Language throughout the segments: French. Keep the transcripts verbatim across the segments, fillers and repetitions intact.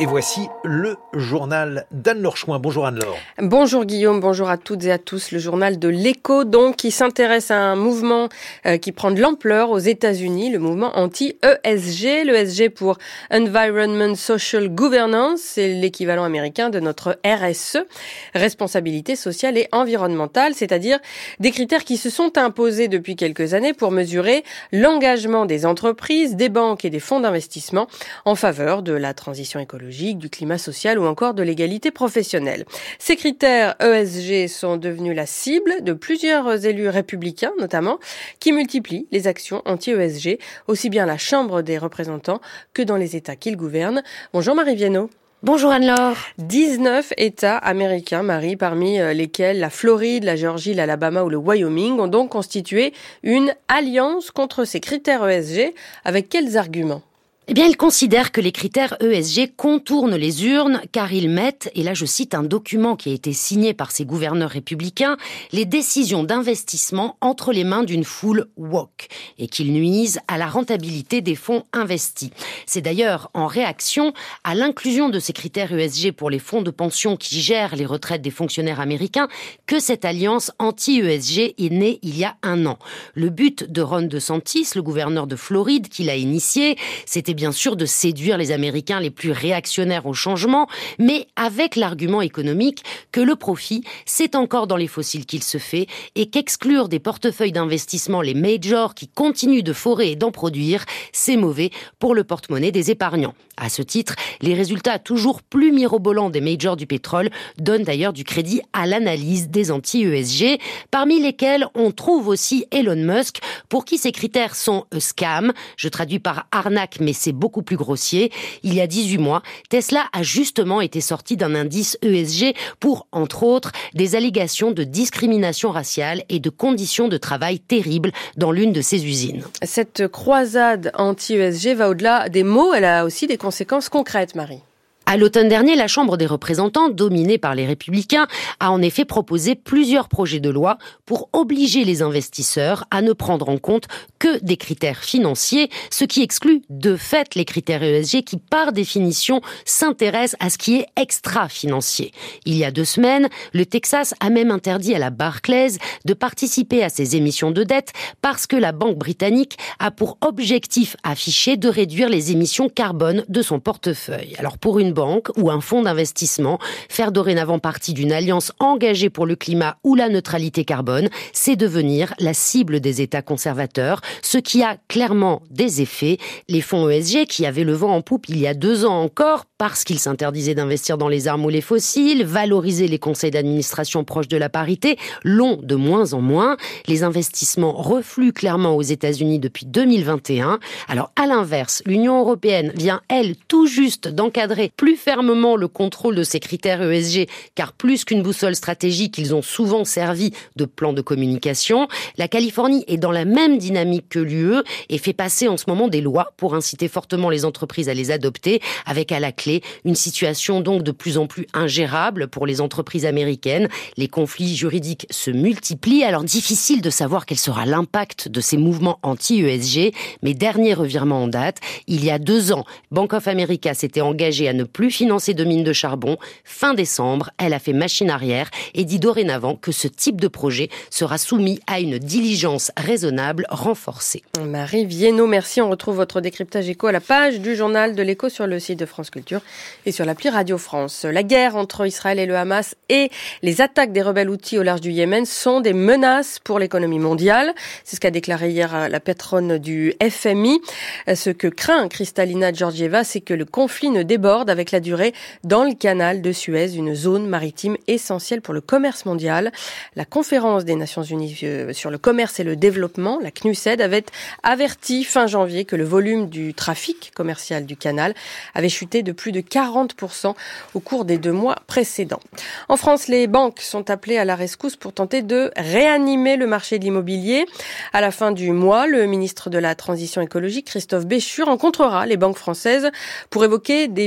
Et voici le journal d'Anne-Laure Chouin. Bonjour Anne-Laure. Bonjour Guillaume, bonjour à toutes et à tous. Le journal de l'Écho, donc, qui s'intéresse à un mouvement euh, qui prend de l'ampleur aux États-Unis, le mouvement anti-E S G. L'E S G pour Environment Social Governance, c'est l'équivalent américain de notre R S E, responsabilité sociale et environnementale, c'est-à-dire des critères qui se sont imposés depuis quelques années pour mesurer l'engagement des entreprises, des banques et des fonds d'investissement en faveur de la transition écologique, du climat social ou encore de l'égalité professionnelle. Ces critères E S G sont devenus la cible de plusieurs élus républicains, notamment, qui multiplient les actions anti-E S G, aussi bien à la Chambre des représentants que dans les États qu'ils gouvernent. Bonjour Marie Viennot. Bonjour Anne-Laure. dix-neuf États américains, Marie, parmi lesquels la Floride, la Géorgie, l'Alabama ou le Wyoming, ont donc constitué une alliance contre ces critères E S G. Avec quels arguments ? Eh bien, ils considèrent que les critères E S G contournent les urnes car ils mettent, et là je cite un document qui a été signé par ces gouverneurs républicains, les décisions d'investissement entre les mains d'une foule woke et qu'ils nuisent à la rentabilité des fonds investis. C'est d'ailleurs en réaction à l'inclusion de ces critères E S G pour les fonds de pension qui gèrent les retraites des fonctionnaires américains que cette alliance anti-E S G est née il y a un an. Le but de Ron DeSantis, le gouverneur de Floride qui l'a initié, c'était bien sûr de séduire les Américains les plus réactionnaires au changement, mais avec l'argument économique que le profit, c'est encore dans les fossiles qu'il se fait et qu'exclure des portefeuilles d'investissement les majors qui continuent de forer et d'en produire, c'est mauvais pour le porte-monnaie des épargnants. À ce titre, les résultats toujours plus mirobolants des majors du pétrole donnent d'ailleurs du crédit à l'analyse des anti-E S G, parmi lesquels on trouve aussi Elon Musk, pour qui ces critères sont a scam, je traduis par arnaque, mais c'est beaucoup plus grossier. Il y a dix-huit mois, Tesla a justement été sorti d'un indice E S G pour, entre autres, des allégations de discrimination raciale et de conditions de travail terribles dans l'une de ses usines. Cette croisade anti-E S G va au-delà des mots, elle a aussi des conséquences concrètes, Marie. À l'automne dernier, la Chambre des représentants, dominée par les Républicains, a en effet proposé plusieurs projets de loi pour obliger les investisseurs à ne prendre en compte que des critères financiers, ce qui exclut de fait les critères E S G qui, par définition, s'intéressent à ce qui est extra-financier. Il y a deux semaines, le Texas a même interdit à la Barclays de participer à ces émissions de dette parce que la banque britannique a pour objectif affiché de réduire les émissions carbone de son portefeuille. Alors pour une banque ou un fonds d'investissement, faire dorénavant partie d'une alliance engagée pour le climat ou la neutralité carbone, c'est devenir la cible des États conservateurs, ce qui a clairement des effets. Les fonds E S G, qui avaient le vent en poupe il y a deux ans encore, parce qu'ils s'interdisaient d'investir dans les armes ou les fossiles, valoriser les conseils d'administration proches de la parité, l'ont de moins en moins. Les investissements refluent clairement aux États-Unis depuis deux mille vingt et un. Alors, à l'inverse, l'Union européenne vient, elle, tout juste d'encadrer plus fermement le contrôle de ces critères E S G, car plus qu'une boussole stratégique, ils ont souvent servi de plan de communication. La Californie est dans la même dynamique que l'U E et fait passer en ce moment des lois pour inciter fortement les entreprises à les adopter, avec à la clé une situation donc de plus en plus ingérable pour les entreprises américaines. Les conflits juridiques se multiplient, alors difficile de savoir quel sera l'impact de ces mouvements anti-E S G, mais dernier revirement en date, il y a deux ans, Bank of America s'était engagée à ne plus financer de mines de charbon. Fin décembre, elle a fait machine arrière et dit dorénavant que ce type de projet sera soumis à une diligence raisonnable renforcée. Marie Viennot, merci. On retrouve votre décryptage écho à la page du journal de l'Écho sur le site de France Culture et sur l'appli Radio France. La guerre entre Israël et le Hamas et les attaques des rebelles houthis au large du Yémen sont des menaces pour l'économie mondiale. C'est ce qu'a déclaré hier la patronne du F M I. Ce que craint Kristalina Georgieva, c'est que le conflit ne déborde avec la durée dans le canal de Suez, une zone maritime essentielle pour le commerce mondial. La conférence des Nations Unies sur le commerce et le développement, la C N U S E D, avait averti fin janvier que le volume du trafic commercial du canal avait chuté de plus de quarante pour cent au cours des deux mois précédents. En France, les banques sont appelées à la rescousse pour tenter de réanimer le marché de l'immobilier. À la fin du mois, le ministre de la Transition écologique, Christophe Béchu, rencontrera les banques françaises pour évoquer des pistes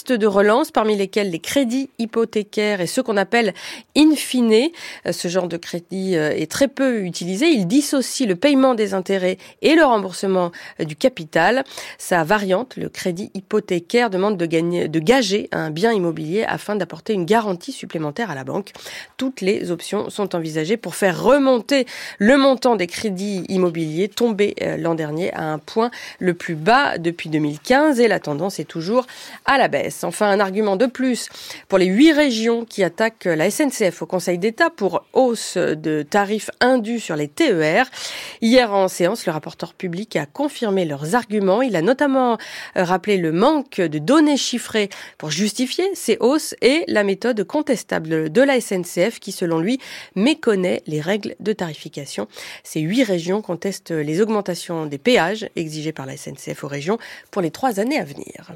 pistes de relance, parmi lesquelles les crédits hypothécaires et ceux qu'on appelle in fine. Ce genre de crédit est très peu utilisé. Il dissocie le paiement des intérêts et le remboursement du capital. Sa variante, le crédit hypothécaire, demande de, gagner, de gager un bien immobilier afin d'apporter une garantie supplémentaire à la banque. Toutes les options sont envisagées pour faire remonter le montant des crédits immobiliers tombé l'an dernier à un point le plus bas depuis deux mille quinze et la tendance est toujours à la baisse. Enfin, un argument de plus pour les huit régions qui attaquent la S N C F au Conseil d'État pour hausse de tarifs indus sur les T E R. Hier en séance, le rapporteur public a confirmé leurs arguments. Il a notamment rappelé le manque de données chiffrées pour justifier ces hausses et la méthode contestable de la S N C F qui, selon lui, méconnaît les règles de tarification. Ces huit régions contestent les augmentations des péages exigées par la S N C F aux régions pour les trois années à venir.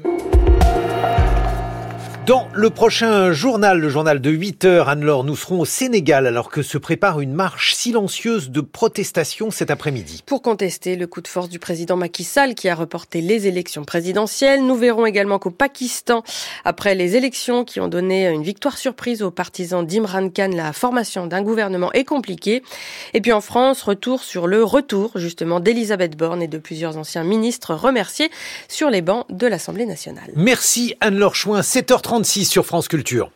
Dans le prochain journal, le journal de huit heures, Anne-Laure, nous serons au Sénégal alors que se prépare une marche silencieuse de protestation cet après-midi. Pour contester le coup de force du président Macky Sall qui a reporté les élections présidentielles. Nous verrons également qu'au Pakistan, après les élections qui ont donné une victoire surprise aux partisans d'Imran Khan, la formation d'un gouvernement est compliquée. Et puis en France, retour sur le retour justement d'Elisabeth Borne et de plusieurs anciens ministres remerciés sur les bancs de l'Assemblée nationale. Merci Anne-Laure Chouin, sept heures trente-six sur France Culture.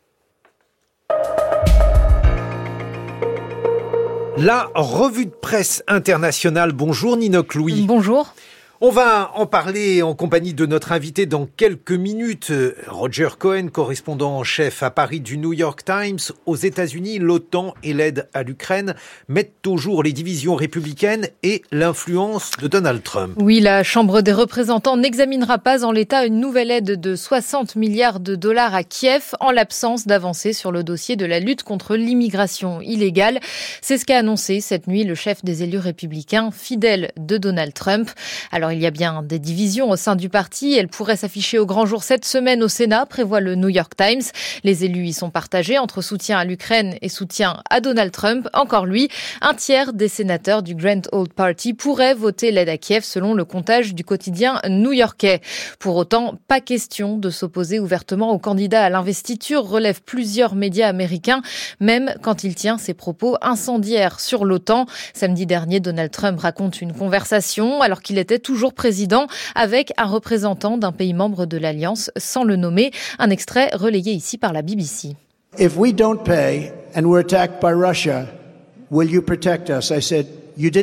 La revue de presse internationale. Bonjour Ninoc Louis. Bonjour. On va en parler en compagnie de notre invité dans quelques minutes. Roger Cohen, correspondant en chef à Paris du New York Times. Aux États-Unis, l'OTAN et l'aide à l'Ukraine mettent au jour les divisions républicaines et l'influence de Donald Trump. Oui, la Chambre des représentants n'examinera pas en l'état une nouvelle aide de soixante milliards de dollars à Kiev en l'absence d'avancée sur le dossier de la lutte contre l'immigration illégale. C'est ce qu'a annoncé cette nuit le chef des élus républicains fidèle de Donald Trump. Alors, il y a bien des divisions au sein du parti. Elles pourraient s'afficher au grand jour cette semaine au Sénat, prévoit le New York Times. Les élus y sont partagés entre soutien à l'Ukraine et soutien à Donald Trump. Encore lui, un tiers des sénateurs du Grand Old Party pourraient voter l'aide à Kiev selon le comptage du quotidien new-yorkais. Pour autant, pas question de s'opposer ouvertement au candidat à l'investiture, relèvent plusieurs médias américains, même quand il tient ses propos incendiaires sur l'OTAN. Samedi dernier, Donald Trump raconte une conversation alors qu'il était toujours président avec un représentant d'un pays membre de l'Alliance sans le nommer. Un extrait relayé ici par la B B C. If we don't pay and we're attacked by Russia, will you protect us? I said, you didn't